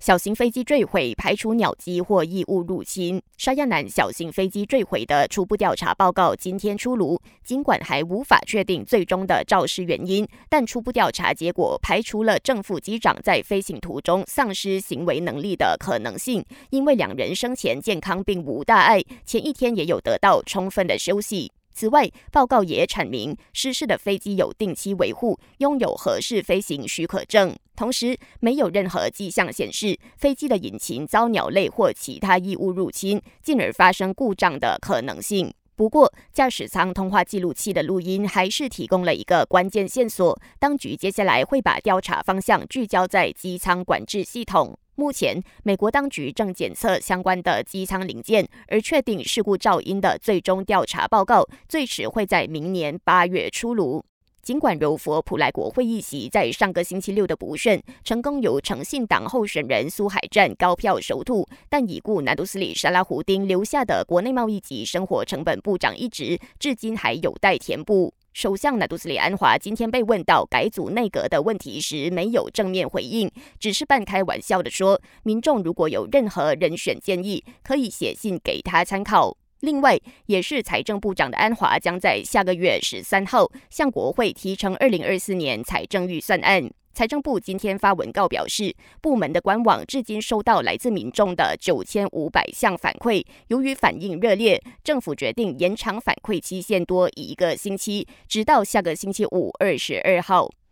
小型飞机坠毁，排除鸟击或异物入侵。沙亚南小型飞机坠毁的初步调查报告今天出炉，尽管还无法确定最终的肇事原因，但初步调查结果排除了正副机长在飞行途中丧失行为能力的可能性，因为两人生前健康并无大碍，前一天也有得到充分的休息。此外，报告也阐明失事的飞机有定期维护，拥有合适飞行许可证，同时没有任何迹象显示飞机的引擎遭鸟类或其他异物入侵，进而发生故障的可能性。不过，驾驶舱通话记录器的录音还是提供了一个关键线索，当局接下来会把调查方向聚焦在机舱管制系统。目前，美国当局正检测相关的机舱零件，而确定事故肇因的最终调查报告最迟会在明年8月出炉。尽管柔佛普莱国会议席在上个星期六的补选成功由诚信党候选人苏海战高票守土，但已故南都斯里沙拉胡丁留下的国内贸易及生活成本部长一职，至今还有待填补。首相纳杜斯里安华今天被问到改组内阁的问题时，没有正面回应，只是半开玩笑地说，民众如果有任何人选建议，可以写信给他参考。另外，也是财政部长的安华将在下个月13号向国会提呈2024年财政预算案。财政部今天发文告表示，部门的官网至今收到来自民众的9500项反馈，由于反应热烈，政府决定延长反馈期限多1个星期，直到下个星期五22号。